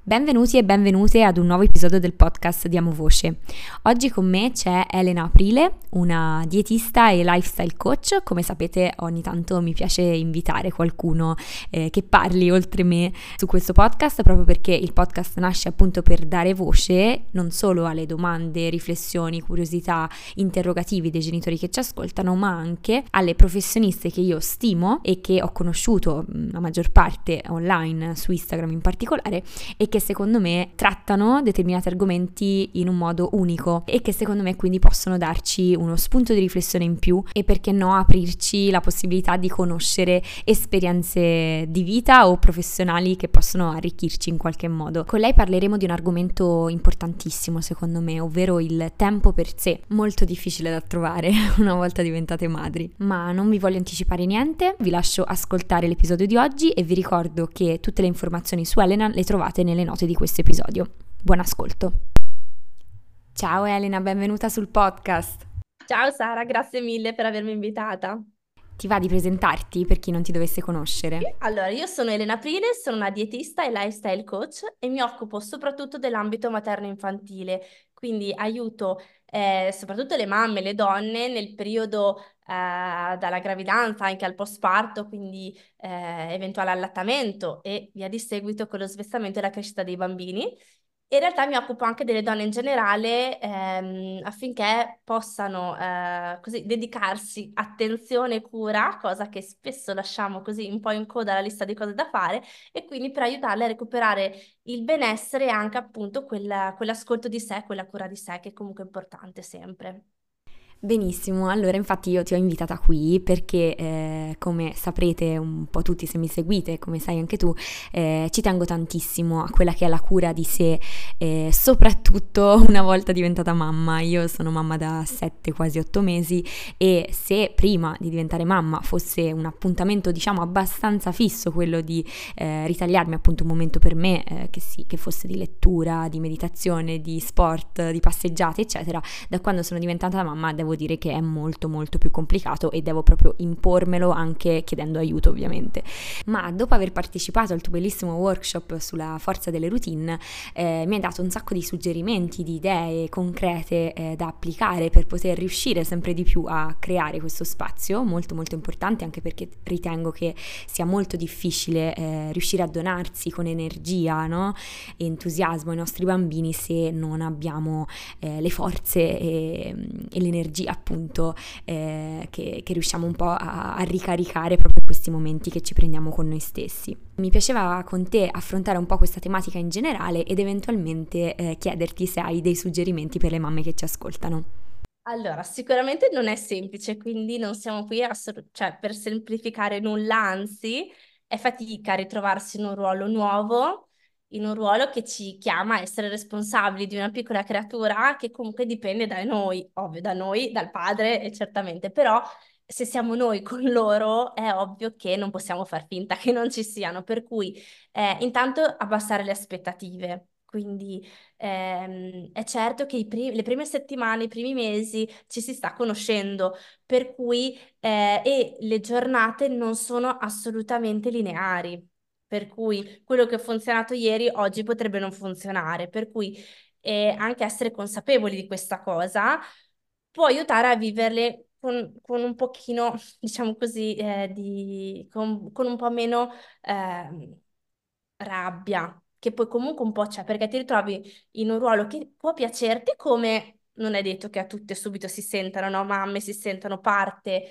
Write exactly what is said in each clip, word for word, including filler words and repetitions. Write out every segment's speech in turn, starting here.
Benvenuti e benvenute ad un nuovo episodio del podcast Diamo Voce. Oggi con me c'è Elena Aprile, una dietista e lifestyle coach. Come sapete, ogni tanto mi piace invitare qualcuno eh, che parli oltre me su questo podcast, proprio perché il podcast nasce appunto per dare voce non solo alle domande, riflessioni, curiosità, interrogativi dei genitori che ci ascoltano, ma anche alle professioniste che io stimo e che ho conosciuto la maggior parte online, su Instagram in particolare, e che secondo me trattano determinati argomenti in un modo unico e che secondo me quindi possono darci uno spunto di riflessione in più e, perché no, aprirci la possibilità di conoscere esperienze di vita o professionali che possono arricchirci in qualche modo. Con lei parleremo di un argomento importantissimo secondo me, ovvero il tempo per sé, molto difficile da trovare una volta diventate madri. Ma non vi voglio anticipare niente, vi lascio ascoltare l'episodio di oggi e vi ricordo che tutte le informazioni su Elena le trovate nelle note di questo episodio. Buon ascolto. Ciao Elena, benvenuta sul podcast. Ciao Sara, grazie mille per avermi invitata. Ti va di presentarti per chi non ti dovesse conoscere? Allora, io sono Elena Prile, sono una dietista e lifestyle coach e mi occupo soprattutto dell'ambito materno-infantile, quindi aiuto eh, soprattutto le mamme, le donne nel periodo eh, dalla gravidanza anche al postparto, quindi eh, eventuale allattamento e via di seguito con lo svestamento e la crescita dei bambini. In realtà mi occupo anche delle donne in generale, ehm, affinché possano eh, così dedicarsi attenzione e cura, cosa che spesso lasciamo così un po' in coda alla lista di cose da fare, e quindi per aiutarle a recuperare il benessere e anche appunto quella- quell'ascolto di sé, quella cura di sé che è comunque importante sempre. Benissimo, allora infatti io ti ho invitata qui perché eh, come saprete un po' tutti se mi seguite, come sai anche tu, eh, ci tengo tantissimo a quella che è la cura di sé, eh, soprattutto una volta diventata mamma. Io sono mamma da sette, quasi otto mesi, e se prima di diventare mamma fosse un appuntamento diciamo abbastanza fisso quello di eh, ritagliarmi appunto un momento per me, eh, che sì, che fosse di lettura, di meditazione, di sport, di passeggiate eccetera, da quando sono diventata mamma devo dire che è molto molto più complicato e devo proprio impormelo, anche chiedendo aiuto ovviamente. Ma dopo aver partecipato al tuo bellissimo workshop sulla forza delle routine, eh, mi hai dato un sacco di suggerimenti, di idee concrete eh, da applicare per poter riuscire sempre di più a creare questo spazio molto molto importante, anche perché ritengo che sia molto difficile eh, riuscire a donarsi con energia, no? E entusiasmo ai nostri bambini se non abbiamo eh, le forze e, e l'energia appunto eh, che, che riusciamo un po' a, a ricaricare proprio in questi momenti che ci prendiamo con noi stessi. Mi piaceva con te affrontare un po' questa tematica in generale ed eventualmente eh, chiederti se hai dei suggerimenti per le mamme che ci ascoltano. Allora, sicuramente non è semplice, quindi non siamo qui a sor- cioè, per semplificare nulla, anzi, è fatica ritrovarsi in un ruolo nuovo, in un ruolo che ci chiama a essere responsabili di una piccola creatura che comunque dipende da noi, ovvio, da noi, dal padre, e certamente, però se siamo noi con loro è ovvio che non possiamo far finta che non ci siano, per cui eh, intanto abbassare le aspettative. Quindi ehm, è certo che i pri- le prime settimane, i primi mesi ci si sta conoscendo, per cui eh, e le giornate non sono assolutamente lineari, per cui quello che ha funzionato ieri oggi potrebbe non funzionare, per cui eh, anche essere consapevoli di questa cosa può aiutare a viverle con, con un pochino, diciamo così, eh, di, con, con un po' meno ehm, rabbia, che poi comunque un po' c'è, perché ti ritrovi in un ruolo che può piacerti, come non è detto che a tutte subito si sentano, no? Mamme si sentono parte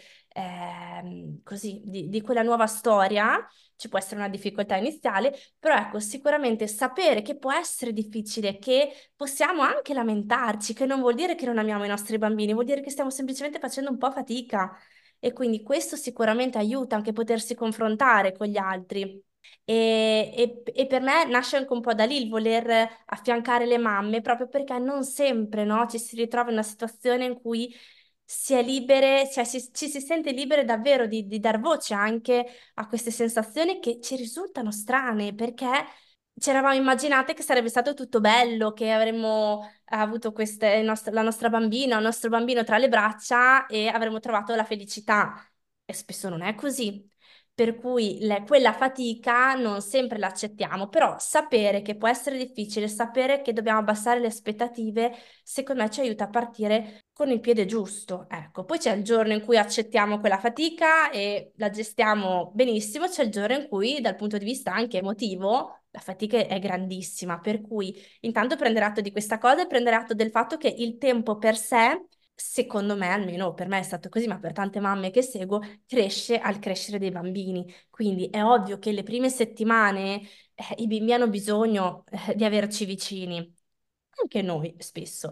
ehm, così di, di quella nuova storia. Ci può essere una difficoltà iniziale, però ecco, sicuramente sapere che può essere difficile, che possiamo anche lamentarci, che non vuol dire che non amiamo i nostri bambini, vuol dire che stiamo semplicemente facendo un po' fatica. E quindi questo sicuramente aiuta anche a potersi confrontare con gli altri. E, e- e per me nasce anche un po' da lì il voler affiancare le mamme, proprio perché non sempre, no, ci si ritrova in una situazione in cui si è libere, cioè si- ci si sente libere davvero di, di dar voce anche a queste sensazioni che ci risultano strane, perché ci eravamo immaginate che sarebbe stato tutto bello, che avremmo avuto queste, il nostro- la nostra bambina, il nostro bambino tra le braccia e avremmo trovato la felicità. E spesso non è così. per cui le- quella fatica non sempre l'accettiamo, però sapere che può essere difficile, sapere che dobbiamo abbassare le aspettative, secondo me ci aiuta a partire con il piede giusto. Ecco, poi c'è il giorno in cui accettiamo quella fatica e la gestiamo benissimo, c'è il giorno in cui dal punto di vista anche emotivo la fatica è grandissima, per cui intanto prendere atto di questa cosa e prendere atto del fatto che il tempo per sé, secondo me, almeno per me è stato così, ma per tante mamme che seguo, cresce al crescere dei bambini. Quindi è ovvio che le prime settimane eh, i bimbi hanno bisogno eh, di averci vicini, anche noi spesso.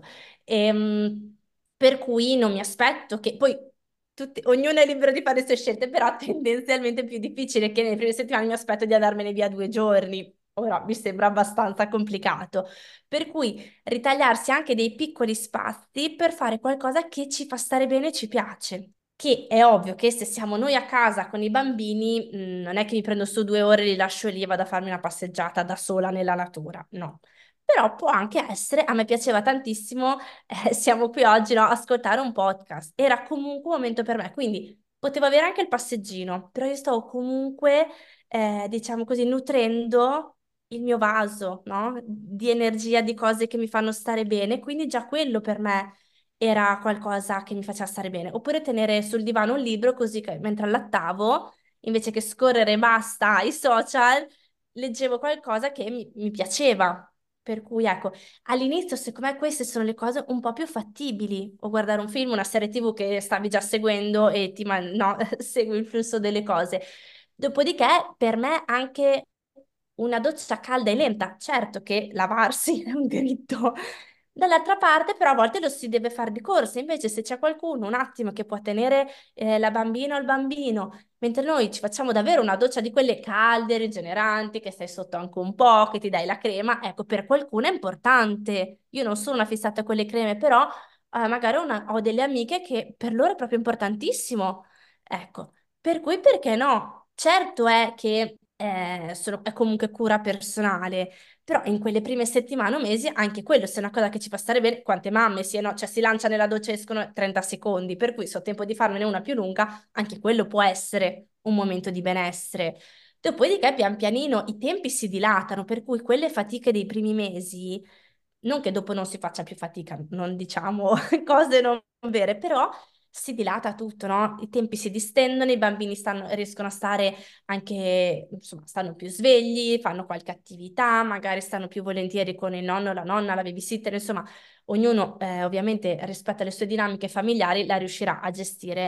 Ehm, per cui non mi aspetto che poi tutti- ognuno è libero di fare le sue scelte, però tendenzialmente è più difficile che nelle prime settimane mi aspetto di andarmene via due giorni. Ora mi sembra abbastanza complicato. Per cui ritagliarsi anche dei piccoli spazi per fare qualcosa che ci fa stare bene e ci piace. Che è ovvio che se siamo noi a casa con i bambini, mh, non è che mi prendo su due ore, li lascio lì e vado a farmi una passeggiata da sola nella natura, no. Però può anche essere, a me piaceva tantissimo, eh, siamo qui oggi, no, ascoltare un podcast. Era comunque un momento per me, quindi potevo avere anche il passeggino, però io stavo comunque, eh, diciamo così, nutrendo il mio vaso, no? Di energia, di cose che mi fanno stare bene, quindi già quello per me era qualcosa che mi faceva stare bene. Oppure tenere sul divano un libro così che mentre allattavo, invece che scorrere e basta i social, leggevo qualcosa che mi, mi piaceva. Per cui ecco, all'inizio secondo me queste sono le cose un po' più fattibili. O guardare un film, una serie T V che stavi già seguendo e ti man- no, segui il flusso delle cose. Dopodiché, per me anche una doccia calda e lenta. Certo che lavarsi è un diritto. Dall'altra parte, però, a volte lo si deve fare di corsa. Invece, se c'è qualcuno un attimo che può tenere eh, la bambina o il bambino, mentre noi ci facciamo davvero una doccia di quelle calde, rigeneranti, che stai sotto anche un po', che ti dai la crema, ecco, per qualcuno è importante. Io non sono una fissata con le creme, però eh, magari ho, una- ho delle amiche che per loro è proprio importantissimo. Ecco, per cui perché no? Certo è che eh, sono- è comunque cura personale, però in quelle prime settimane o mesi anche quello, se è una cosa che ci fa stare bene, quante mamme si, no? Cioè, si lancia nella doccia e escono trenta secondi, per cui se ho tempo di farmene una più lunga, anche quello può essere un momento di benessere. Dopodiché, pian pianino, i tempi si dilatano, per cui quelle fatiche dei primi mesi, non che dopo non si faccia più fatica, non diciamo cose non vere, però si dilata tutto, no? I tempi si distendono, i bambini stanno- riescono a stare anche, insomma, stanno più svegli, fanno qualche attività, magari stanno più volentieri con il nonno, la nonna, la babysitter, insomma, ognuno eh, ovviamente rispetto alle sue dinamiche familiari la riuscirà a gestire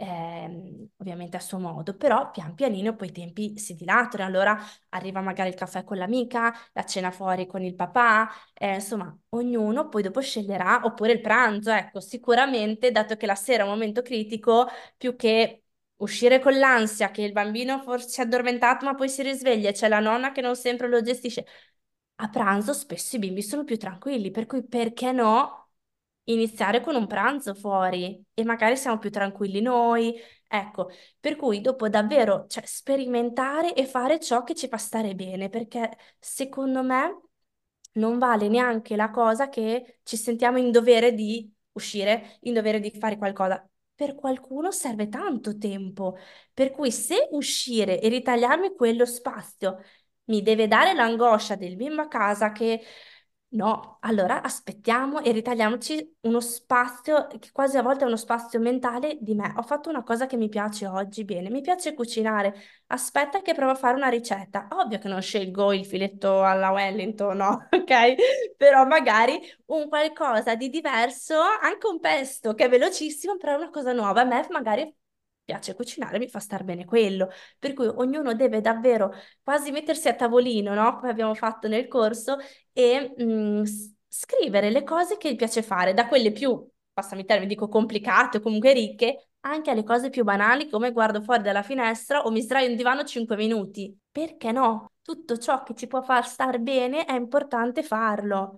ehm, ovviamente a suo modo, però pian pianino poi i tempi si dilatano, allora arriva magari il caffè con l'amica, la cena fuori con il papà, eh, insomma, ognuno poi dopo sceglierà, oppure il pranzo, ecco, sicuramente, dato che la sera è un momento critico, più che uscire con l'ansia che il bambino forse si è addormentato ma poi si risveglia e c'è la nonna che non sempre lo gestisce. A pranzo spesso i bimbi sono più tranquilli, per cui perché no iniziare con un pranzo fuori e magari siamo più tranquilli noi. Ecco, per cui dopo davvero, cioè, sperimentare e fare ciò che ci fa stare bene, perché secondo me non vale neanche la cosa che ci sentiamo in dovere di uscire, in dovere di fare qualcosa. Per qualcuno serve tanto tempo, per cui se uscire e ritagliarmi quello spazio mi deve dare l'angoscia del bimbo a casa che no, allora aspettiamo e ritagliamoci uno spazio che quasi a volte è uno spazio mentale di me. Ho fatto una cosa che mi piace oggi, bene, mi piace cucinare. Aspetta che provo a fare una ricetta. Ovvio che non scelgo il filetto alla Wellington, no, ok? Però magari un qualcosa di diverso, anche un pesto che è velocissimo, però è una cosa nuova. A me magari piace cucinare, mi fa star bene quello. Per cui ognuno deve davvero quasi mettersi a tavolino, no? Come abbiamo fatto nel corso, e mm, s- scrivere le cose che gli piace fare, da quelle più, passami il termine, dico complicate o comunque ricche, anche alle cose più banali come guardo fuori dalla finestra o mi sdraio in divano cinque minuti. Perché no? Tutto ciò che ci può far star bene è importante farlo.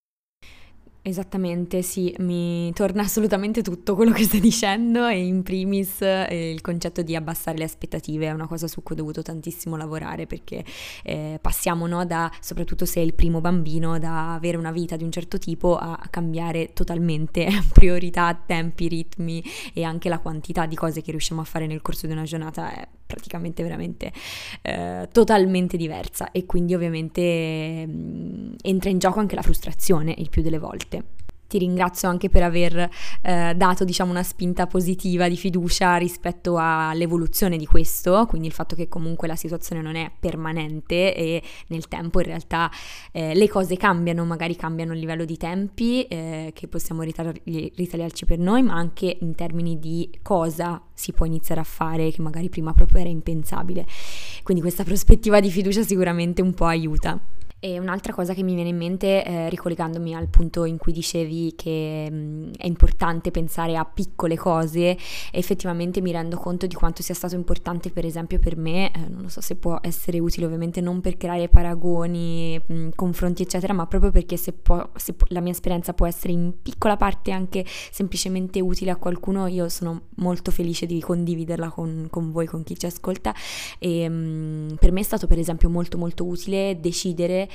Esattamente, sì, mi torna assolutamente tutto quello che stai dicendo e in primis eh, il concetto di abbassare le aspettative è una cosa su cui ho dovuto tantissimo lavorare perché eh, passiamo, no, da, soprattutto se è il primo bambino, da avere una vita di un certo tipo a cambiare totalmente priorità, tempi, ritmi e anche la quantità di cose che riusciamo a fare nel corso di una giornata è praticamente veramente eh, totalmente diversa e quindi ovviamente mh, entra in gioco anche la frustrazione il più delle volte. Ti ringrazio anche per aver eh, dato, diciamo, una spinta positiva di fiducia rispetto all'evoluzione di questo, quindi il fatto che comunque la situazione non è permanente e nel tempo in realtà eh, le cose cambiano, magari cambiano a livello di tempi eh, che possiamo ritar- ritagliarci per noi, ma anche in termini di cosa si può iniziare a fare che magari prima proprio era impensabile. Quindi questa prospettiva di fiducia sicuramente un po' aiuta. E un'altra cosa che mi viene in mente, eh, ricollegandomi al punto in cui dicevi che mh, è importante pensare a piccole cose, effettivamente mi rendo conto di quanto sia stato importante, per esempio per me, eh, non lo so se può essere utile ovviamente non per creare paragoni, mh, confronti eccetera, ma proprio perché se, può, se può, la mia esperienza può essere in piccola parte anche semplicemente utile a qualcuno, io sono molto felice di condividerla con, con voi, con chi ci ascolta. E mh, per me è stato per esempio molto molto utile decidere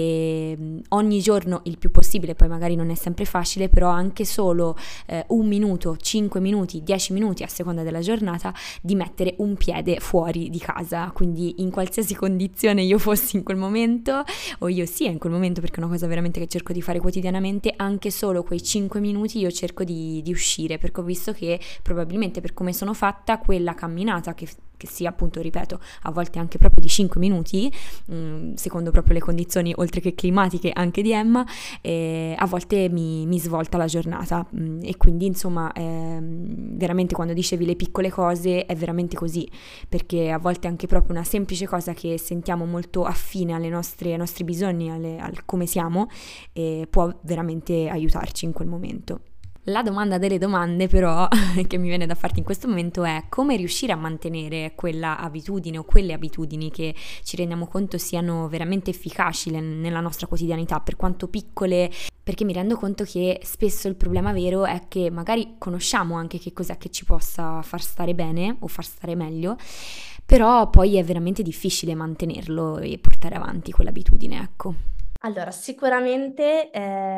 e ogni giorno il più possibile, poi magari non è sempre facile, però anche solo eh, un minuto, cinque minuti, dieci minuti a seconda della giornata di mettere un piede fuori di casa, quindi in qualsiasi condizione io fossi in quel momento o io sia in quel momento, perché è una cosa veramente che cerco di fare quotidianamente, anche solo quei cinque minuti io cerco di, di uscire, perché ho visto che probabilmente per come sono fatta quella camminata che che sia appunto, ripeto, a volte anche proprio di cinque minuti, mh, secondo proprio le condizioni oltre che climatiche anche di Emma, e a volte mi, mi svolta la giornata mh, e quindi insomma ehm, veramente quando dicevi le piccole cose è veramente così, perché a volte anche proprio una semplice cosa che sentiamo molto affine alle nostre, ai nostri bisogni, alle, al come siamo, eh, può veramente aiutarci in quel momento. La domanda delle domande però che mi viene da farti in questo momento è come riuscire a mantenere quella abitudine o quelle abitudini che ci rendiamo conto siano veramente efficaci nella nostra quotidianità, per quanto piccole, perché mi rendo conto che spesso il problema vero è che magari conosciamo anche che cos'è che ci possa far stare bene o far stare meglio, però poi è veramente difficile mantenerlo e portare avanti quell'abitudine, ecco. Allora, sicuramente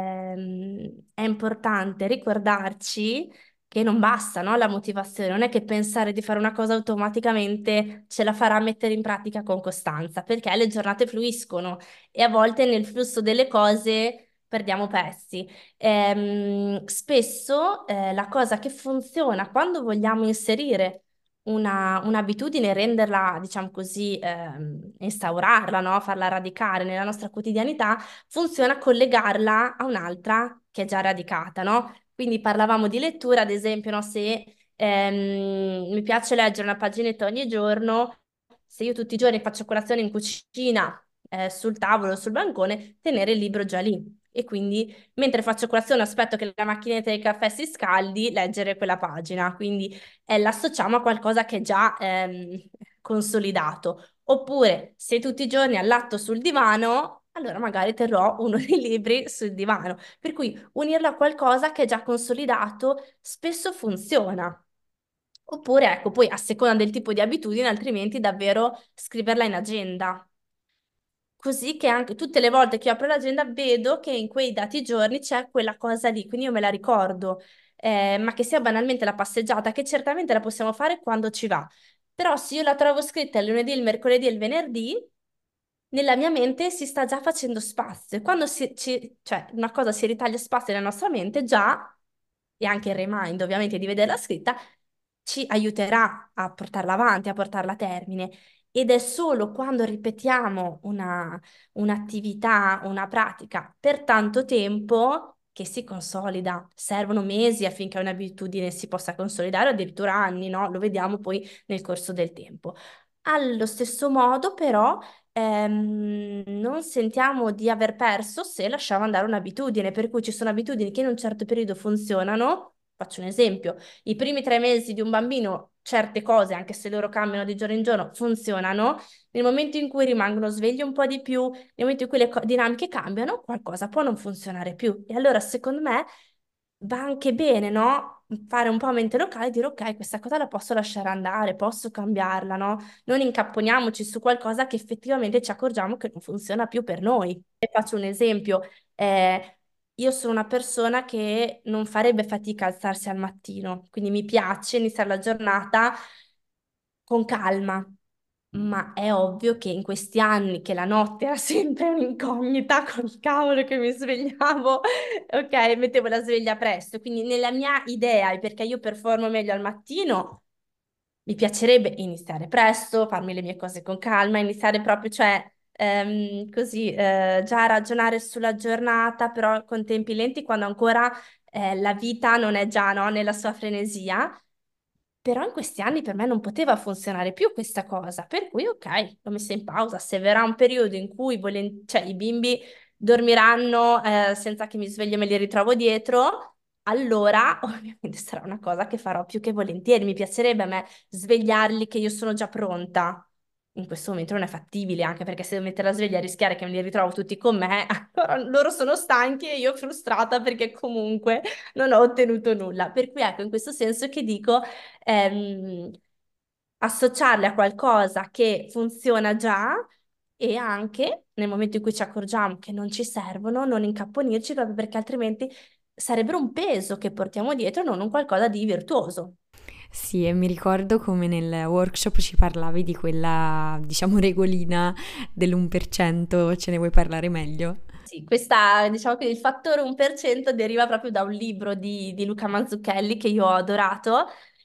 ehm, è importante ricordarci che non basta, no, la motivazione, non è che pensare di fare una cosa automaticamente ce la farà mettere in pratica con costanza, perché le giornate fluiscono e a volte nel flusso delle cose perdiamo pezzi. Ehm, spesso eh, la cosa che funziona quando vogliamo inserire una, un'abitudine, renderla, diciamo così, ehm, instaurarla, no? Farla radicare nella nostra quotidianità, funziona collegarla a un'altra che è già radicata, no? Quindi parlavamo di lettura, ad esempio, no? Se ehm, mi piace leggere una paginetta ogni giorno, se io tutti i giorni faccio colazione in cucina, eh, sul tavolo, sul bancone, tenere il libro già lì. E quindi mentre faccio colazione aspetto che la macchinetta del caffè si scaldi, leggere quella pagina. Quindi eh, l'associamo a qualcosa che è già ehm, consolidato. Oppure se tutti i giorni allatto sul divano, allora magari terrò uno dei libri sul divano. Per cui unirlo a qualcosa che è già consolidato spesso funziona. Oppure, ecco, poi a seconda del tipo di abitudine, altrimenti davvero scriverla in agenda. Così che anche tutte le volte che io apro l'agenda vedo che in quei dati giorni c'è quella cosa lì, quindi io me la ricordo. Eh, ma che sia banalmente la passeggiata, che certamente la possiamo fare quando ci va. Però se io la trovo scritta il lunedì, il mercoledì e il venerdì, nella mia mente si sta già facendo spazio. E quando si, ci- cioè, una cosa si ritaglia spazio nella nostra mente, già, e anche il remind ovviamente di vederla scritta, ci aiuterà a portarla avanti, a portarla a termine. Ed è solo quando ripetiamo una, un'attività, una pratica per tanto tempo che si consolida. Servono mesi affinché un'abitudine si possa consolidare, o addirittura anni, no? Lo vediamo poi nel corso del tempo. Allo stesso modo, però, ehm, non sentiamo di aver perso se lasciamo andare un'abitudine, per cui ci sono abitudini che in un certo periodo funzionano. Faccio un esempio, i primi tre mesi di un bambino, certe cose, anche se loro cambiano di giorno in giorno, funzionano. Nel momento in cui rimangono svegli un po' di più, nel momento in cui le co- dinamiche cambiano, qualcosa può non funzionare più. E allora, secondo me, va anche bene, no? Fare un po' a mente locale e dire, ok, questa cosa la posso lasciare andare, posso cambiarla, no? Non incapponiamoci su qualcosa che effettivamente ci accorgiamo che non funziona più per noi. E faccio un esempio. eh, io sono una persona che non farebbe fatica a alzarsi al mattino, quindi mi piace iniziare la giornata con calma. Ma è ovvio che in questi anni che la notte era sempre un'incognita col cavolo che mi svegliavo, ok, mettevo la sveglia presto, quindi nella mia idea, e perché io performo meglio al mattino, mi piacerebbe iniziare presto, farmi le mie cose con calma, iniziare proprio, cioè, ehm, così, eh, già a ragionare sulla giornata, però con tempi lenti, quando ancora eh, la vita non è già, no, nella sua frenesia. Però in questi anni per me non poteva funzionare più questa cosa, per cui ok, l'ho messa in pausa. Se verrà un periodo in cui volen- cioè, i bimbi dormiranno eh, senza che mi sveglio e me li ritrovo dietro, allora ovviamente sarà una cosa che farò più che volentieri. Mi piacerebbe a me svegliarli che io sono già pronta. In questo momento non è fattibile, anche perché se devo mettere la sveglia e rischiare che me li ritrovo tutti con me, allora loro sono stanchi e io frustrata perché comunque non ho ottenuto nulla. Per cui ecco, in questo senso che dico ehm, associarle a qualcosa che funziona già e anche nel momento in cui ci accorgiamo che non ci servono, non incapponirci proprio perché altrimenti sarebbero un peso che portiamo dietro, non un qualcosa di virtuoso. Sì, e mi ricordo come nel workshop ci parlavi di quella, diciamo, regolina dell'uno per cento, ce ne vuoi parlare meglio? Sì, questa, diciamo che il fattore uno per cento deriva proprio da un libro di, di Luca Mazzucchelli che io ho adorato,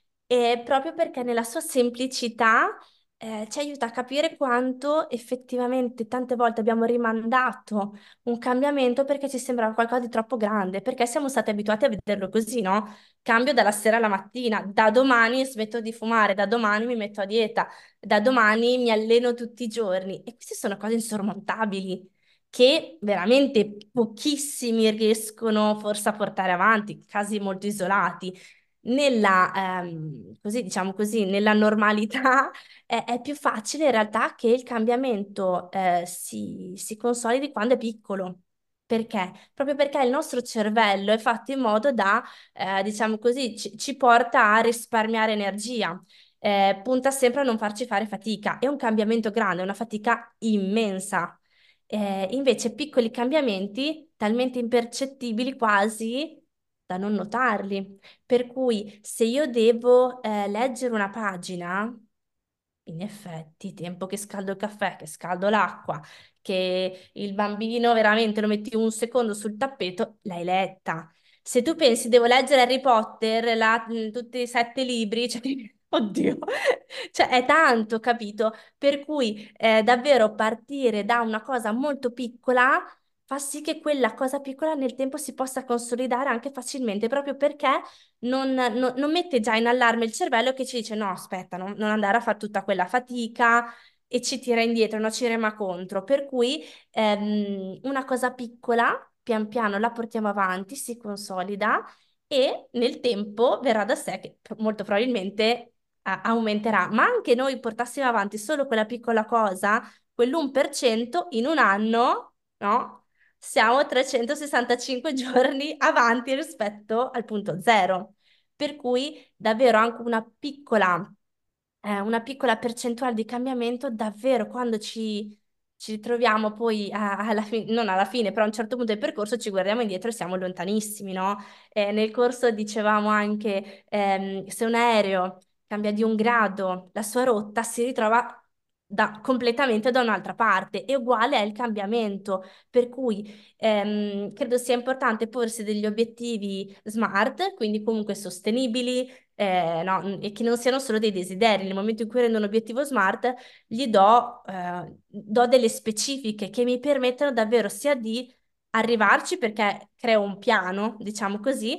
e proprio perché nella sua semplicità eh, ci aiuta a capire quanto effettivamente tante volte abbiamo rimandato un cambiamento perché ci sembrava qualcosa di troppo grande, perché siamo stati abituati a vederlo così, no? Cambio dalla sera alla mattina, da domani smetto di fumare, da domani mi metto a dieta, da domani mi alleno tutti i giorni, e queste sono cose insormontabili che veramente pochissimi riescono forse a portare avanti, casi molto isolati. Nella, ehm, così, diciamo così, nella normalità è, è più facile in realtà che il cambiamento eh, si, si consolidi quando è piccolo. Perché? Proprio perché il nostro cervello è fatto in modo da, eh, diciamo così, ci, ci porta a risparmiare energia, eh, punta sempre a non farci fare fatica. È un cambiamento grande, è una fatica immensa. Eh, invece piccoli cambiamenti, talmente impercettibili quasi da non notarli. Per cui se io devo eh, leggere una pagina, in effetti, tempo che scaldo il caffè, che scaldo l'acqua, che il bambino veramente lo metti un secondo sul tappeto, l'hai letta. Se tu pensi, devo leggere Harry Potter, la- tutti i sette libri, cioè, oddio, cioè è tanto, capito? Per cui eh, davvero partire da una cosa molto piccola fa sì che quella cosa piccola nel tempo si possa consolidare anche facilmente, proprio perché non, non- non mette già in allarme il cervello che ci dice no, aspetta, non, non andare a fare tutta quella fatica e ci tira indietro, no, ci rema contro. Per cui ehm, una cosa piccola, pian piano la portiamo avanti, si consolida e nel tempo verrà da sé che p- molto probabilmente a- aumenterà. Ma anche noi portassimo avanti solo quella piccola cosa, quell'uno per cento in un anno, no? Siamo trecentosessantacinque giorni avanti rispetto al punto zero. Per cui davvero anche una piccola, eh, una piccola percentuale di cambiamento, davvero quando ci, ci ritroviamo poi a- alla fine, non alla fine, però a un certo punto del percorso ci guardiamo indietro e siamo lontanissimi, no? Eh, nel corso dicevamo anche ehm, se un aereo cambia di un grado la sua rotta, si ritrova da- completamente da un'altra parte. E uguale è il cambiamento, per cui ehm, credo sia importante porsi degli obiettivi smart, quindi comunque sostenibili, eh, no, e che non siano solo dei desideri. Nel momento in cui rendo un obiettivo smart, gli do, eh, do delle specifiche che mi permettono davvero sia di arrivarci perché creo un piano, diciamo così,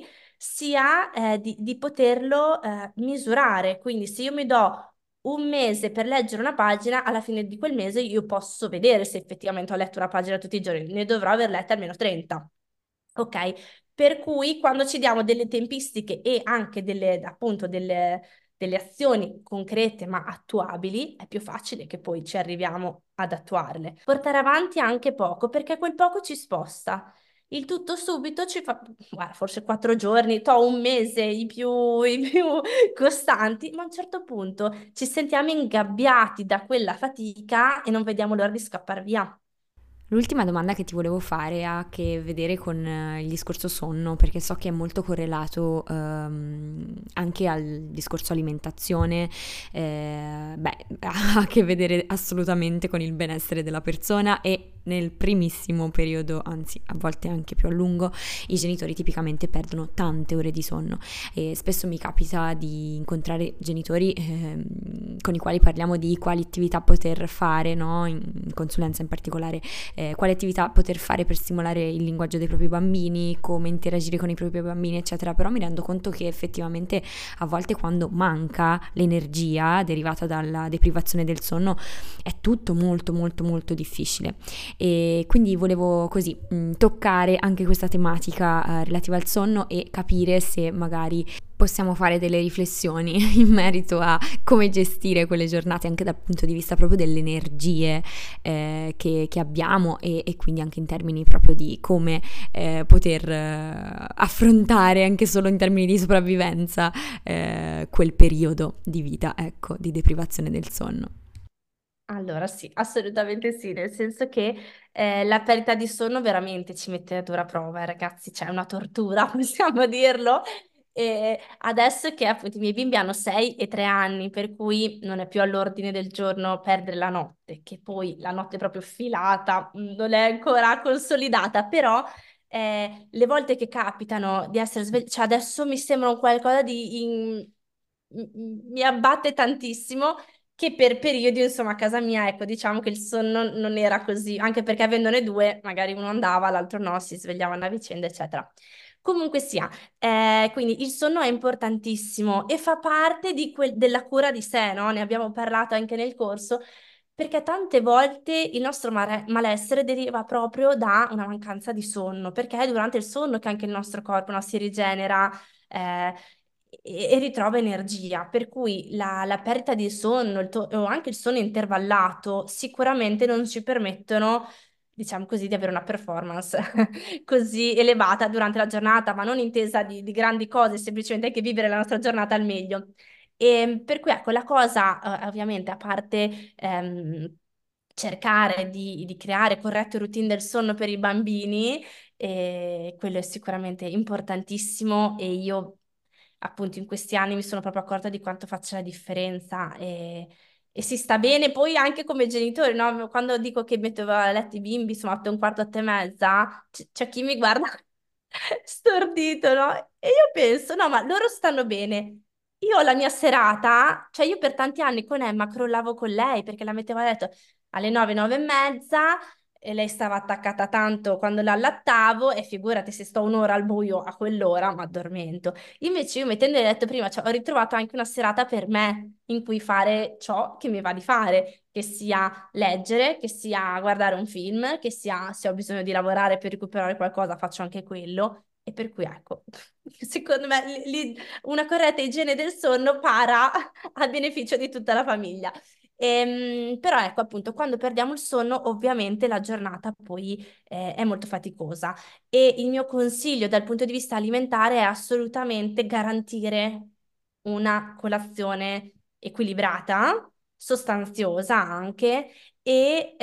sia eh, di, di poterlo eh, misurare. Quindi se io mi do un mese per leggere una pagina, alla fine di quel mese io posso vedere se effettivamente ho letto una pagina tutti i giorni, ne dovrò aver lette almeno trenta. Ok? Per cui quando ci diamo delle tempistiche e anche delle, appunto, delle, delle azioni concrete ma attuabili, è più facile che poi ci arriviamo ad attuarle. Portare avanti anche poco, perché quel poco ci sposta. Il tutto subito ci fa, guarda, forse quattro giorni, to un mese i più, i più costanti, ma a un certo punto ci sentiamo ingabbiati da quella fatica e non vediamo l'ora di scappare via. L'ultima domanda che ti volevo fare ha a che vedere con eh, il discorso sonno, perché so che è molto correlato ehm, anche al discorso alimentazione, eh, beh, ha a che vedere assolutamente con il benessere della persona e nel primissimo periodo, anzi a volte anche più a lungo, i genitori tipicamente perdono tante ore di sonno e spesso mi capita di incontrare genitori ehm, con i quali parliamo di quali attività poter fare, no? In in consulenza in particolare eh, quali attività poter fare per stimolare il linguaggio dei propri bambini, come interagire con i propri bambini, eccetera. Però mi rendo conto che effettivamente a volte quando manca l'energia derivata dalla deprivazione del sonno è tutto molto molto molto difficile. E quindi volevo così mh, toccare anche questa tematica eh, relativa al sonno e capire se magari possiamo fare delle riflessioni in merito a come gestire quelle giornate anche dal punto di vista proprio delle energie eh, che, che abbiamo e, e quindi anche in termini proprio di come eh, poter eh, affrontare anche solo in termini di sopravvivenza eh, quel periodo di vita, ecco, di deprivazione del sonno. Allora sì, assolutamente sì, nel senso che eh, la perdita di sonno veramente ci mette a dura prova, eh, ragazzi, c'è una tortura, possiamo dirlo. E adesso che appunto i miei bimbi hanno sei e tre anni, per cui non è più all'ordine del giorno perdere la notte, che poi la notte proprio filata mh, non è ancora consolidata, però eh, le volte che capitano di essere svegli, cioè adesso mi sembra un qualcosa di... in- m- mi abbatte tantissimo che per periodi, insomma, a casa mia, ecco, diciamo che il sonno non era così, anche perché avendone due, magari uno andava, l'altro no, si svegliavano a vicenda, eccetera. Comunque sia, eh, quindi il sonno è importantissimo e fa parte di quel- della cura di sé, no? Ne abbiamo parlato anche nel corso, perché tante volte il nostro mare- malessere deriva proprio da una mancanza di sonno, perché è durante il sonno che anche il nostro corpo, no, si rigenera, eh, e, e ritrova energia, per cui la, la perdita di sonno il to- o anche il sonno intervallato sicuramente non ci permettono, diciamo così, di avere una performance così elevata durante la giornata, ma non intesa di, di grandi cose, semplicemente che vivere la nostra giornata al meglio. E per cui ecco, la cosa, eh, ovviamente, a parte ehm, cercare di, di creare corrette routine del sonno per i bambini, eh, quello è sicuramente importantissimo e io appunto in questi anni mi sono proprio accorta di quanto faccia la differenza e, e si sta bene poi anche come genitori, no? Quando dico che mettevo a letto i bimbi, insomma, a un quarto, otto e mezza, c- c'è chi mi guarda stordito, no? E io penso, no, ma loro stanno bene. Io ho la mia serata, cioè io per tanti anni con Emma crollavo con lei perché la mettevo a letto alle nove, nove e mezza e lei stava attaccata tanto quando la allattavo e figurati se sto un'ora al buio a quell'ora, ma addormento. Invece io mettendo il letto prima, cioè, ho ritrovato anche una serata per me in cui fare ciò che mi va di fare, che sia leggere, che sia guardare un film, che sia se ho bisogno di lavorare per recuperare qualcosa, faccio anche quello. E per cui ecco, secondo me li- li- una corretta igiene del sonno para a beneficio di tutta la famiglia. Ehm, però ecco appunto, quando perdiamo il sonno, ovviamente la giornata poi eh, è molto faticosa. E il mio consiglio dal punto di vista alimentare è assolutamente garantire una colazione equilibrata, sostanziosa anche, e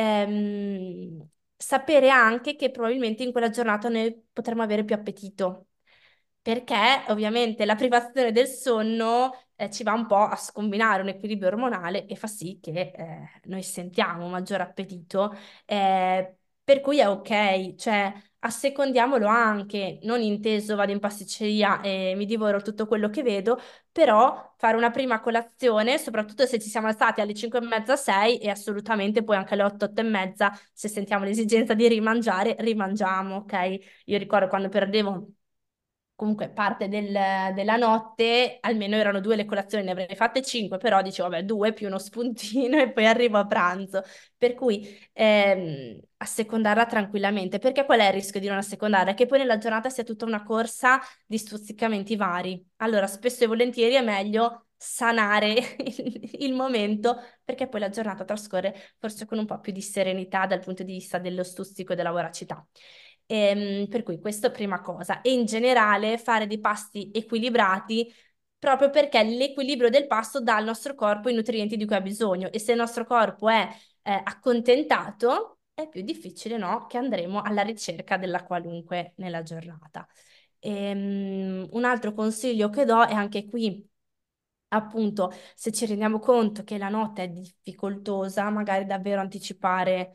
ehm, sapere anche che probabilmente in quella giornata noi potremo avere più appetito. Perché ovviamente la privazione del sonno eh, ci va un po' a scombinare un equilibrio ormonale e fa sì che eh, noi sentiamo un maggior appetito, eh, per cui è ok, cioè assecondiamolo anche, non inteso vado in pasticceria e mi divoro tutto quello che vedo, però fare una prima colazione, soprattutto se ci siamo alzati alle cinque e mezza, sei e assolutamente poi anche alle otto, otto e mezza, se sentiamo l'esigenza di rimangiare, rimangiamo, ok? Io ricordo quando perdevo comunque parte del- della notte, almeno erano due le colazioni, ne avrei fatte cinque, però dicevo, vabbè, due più uno spuntino e poi arrivo a pranzo. Per cui ehm, assecondarla tranquillamente, perché qual è il rischio di non assecondarla? Che poi nella giornata sia tutta una corsa di stuzzicamenti vari. Allora, spesso e volentieri è meglio sanare il, il momento, perché poi la giornata trascorre forse con un po' più di serenità dal punto di vista dello stuzzico e della voracità. Ehm, per cui questo prima cosa. E in generale fare dei pasti equilibrati proprio perché l'equilibrio del pasto dà al nostro corpo i nutrienti di cui ha bisogno e se il nostro corpo è eh, accontentato, è più difficile, no, che andremo alla ricerca della qualunque nella giornata. Ehm, un altro consiglio che do è anche qui, appunto, se ci rendiamo conto che la notte è difficoltosa, magari davvero anticipare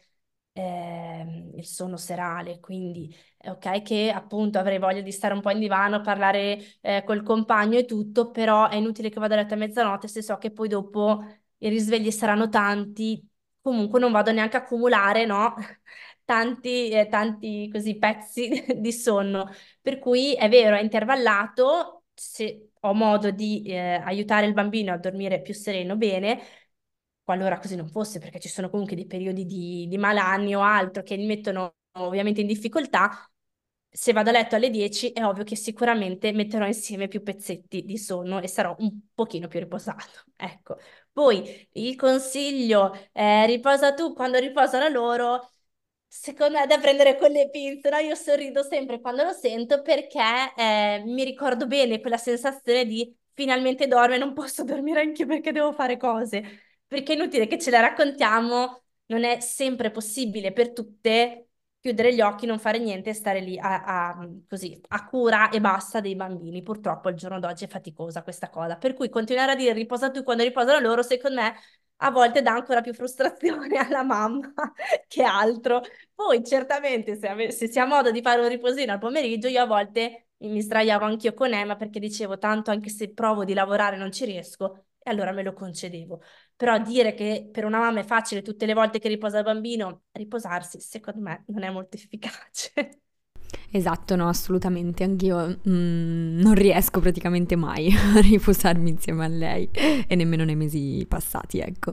ehm, il sonno serale, quindi è ok che appunto avrei voglia di stare un po' in divano, parlare eh, col compagno e tutto, però è inutile che vada a letto a mezzanotte se so che poi dopo i risvegli saranno tanti, comunque non vado neanche a accumulare, no? Tanti, eh, tanti così pezzi di sonno. Per cui è vero, è intervallato, se ho modo di eh, aiutare il bambino a dormire più sereno, bene, qualora così non fosse, perché ci sono comunque dei periodi di, di malanni o altro che li mettono ovviamente in difficoltà. Se vado a letto alle dieci è ovvio che sicuramente metterò insieme più pezzetti di sonno e sarò un pochino più riposato. Ecco. Poi il consiglio, eh, riposa tu quando riposano loro, secondo me è da prendere con le pinze, no? Io sorrido sempre quando lo sento perché eh, mi ricordo bene quella sensazione di finalmente dormo e non posso dormire anche perché devo fare cose. Perché è inutile che ce la raccontiamo, non è sempre possibile per tutte chiudere gli occhi, non fare niente e stare lì a, a- così, a cura e basta dei bambini. Purtroppo al giorno d'oggi è faticosa questa cosa. Per cui continuare a dire riposa tu quando riposano loro, secondo me a volte dà ancora più frustrazione alla mamma che altro. Poi certamente se, ave- se si ha modo di fare un riposino al pomeriggio, io a volte mi sdraiavo anch'io con Emma perché dicevo tanto anche se provo di lavorare non ci riesco e allora me lo concedevo. Però dire che per una mamma è facile tutte le volte che riposa il bambino, riposarsi, secondo me, non è molto efficace. Esatto, no, assolutamente, anch'io mm, non riesco praticamente mai a riposarmi insieme a lei e nemmeno nei mesi passati, ecco.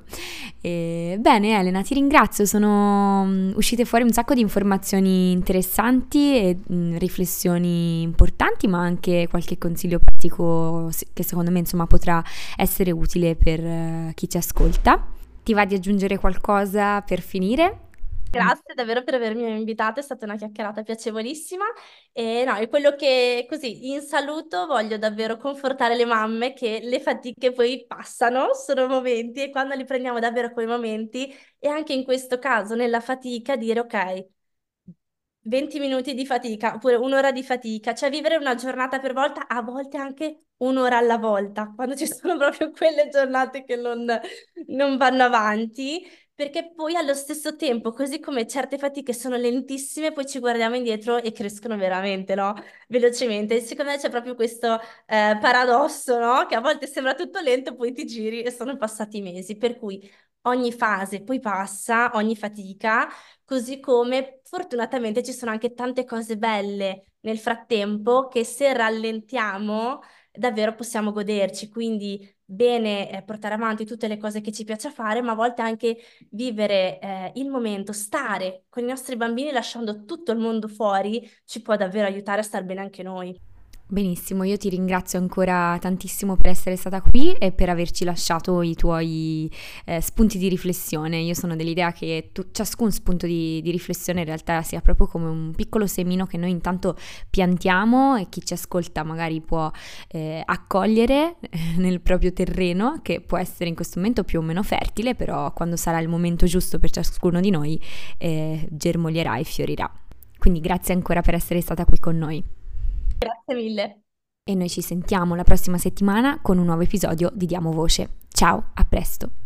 E, bene Elena, ti ringrazio, sono mm, uscite fuori un sacco di informazioni interessanti e mm, riflessioni importanti, ma anche qualche consiglio pratico se- che secondo me insomma potrà essere utile per eh, chi ci ascolta. Ti va di aggiungere qualcosa per finire? Grazie davvero per avermi invitato, è stata una chiacchierata piacevolissima e no, è quello che così in saluto voglio davvero confortare le mamme che le fatiche poi passano, sono momenti e quando li prendiamo davvero quei momenti e anche in questo caso nella fatica dire ok, venti minuti di fatica oppure un'ora di fatica, cioè vivere una giornata per volta, a volte anche un'ora alla volta, quando ci sono proprio quelle giornate che non, non vanno avanti, perché poi allo stesso tempo, così come certe fatiche sono lentissime, poi ci guardiamo indietro e crescono veramente, no? Velocemente. Secondo me c'è proprio questo eh, paradosso, no? Che a volte sembra tutto lento, poi ti giri e sono passati mesi, per cui ogni fase poi passa, ogni fatica. Così come fortunatamente ci sono anche tante cose belle nel frattempo che se rallentiamo davvero possiamo goderci. Quindi bene eh, portare avanti tutte le cose che ci piace fare, ma a volte anche vivere eh, il momento, stare con i nostri bambini lasciando tutto il mondo fuori, ci può davvero aiutare a star bene anche noi. Benissimo, io ti ringrazio ancora tantissimo per essere stata qui e per averci lasciato i tuoi eh, spunti di riflessione. Io sono dell'idea che tu- ciascun spunto di, di riflessione in realtà sia proprio come un piccolo semino che noi intanto piantiamo e chi ci ascolta magari può eh, accogliere eh, nel proprio terreno, che può essere in questo momento più o meno fertile, però quando sarà il momento giusto per ciascuno di noi eh, germoglierà e fiorirà. Quindi grazie ancora per essere stata qui con noi. Grazie mille. E noi ci sentiamo la prossima settimana con un nuovo episodio di Diamo Voce. Ciao, a presto!